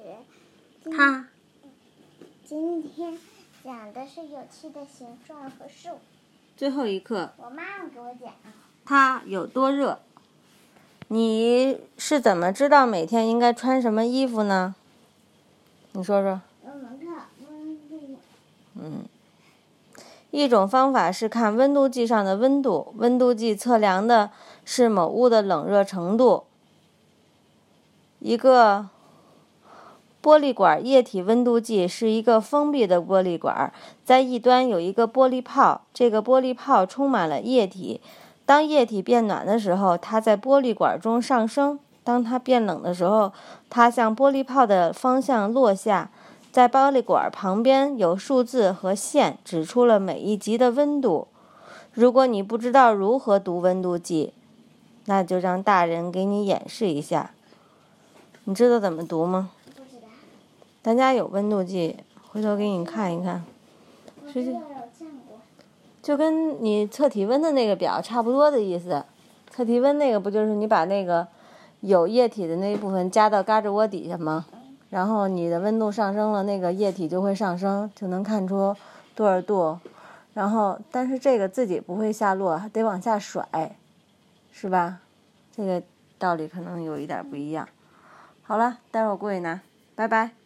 学。今天讲的是有趣的形状和事物。 最后一课， 我妈妈给我讲。 它有多热？你是怎么知道每天应该穿什么衣服呢？你说说。一种方法是看温度计上的温度，温度计测量的是某物的冷热程度。一个玻璃管液体温度计是一个封闭的玻璃管，在一端有一个玻璃泡，这个玻璃泡充满了液体。当液体变暖的时候，它在玻璃管中上升；当它变冷的时候，它向玻璃泡的方向落下。在玻璃管旁边有数字和线，指出了每一级的温度。如果你不知道如何读温度计，那就让大人给你演示一下。你知道怎么读吗？ 不知道。 咱家有温度计，回头给你看一看。 我知道有见过。 就跟你测体温的那个表差不多的意思。测体温那个不就是你把那个有液体的那一部分加到胳肢窝底下吗？然后你的温度上升了，那个液体就会上升，就能看出多少度。然后，但是这个自己不会下落，得往下甩，是吧？这个道理可能有一点不一样。好了，待会儿过去拿，拜拜。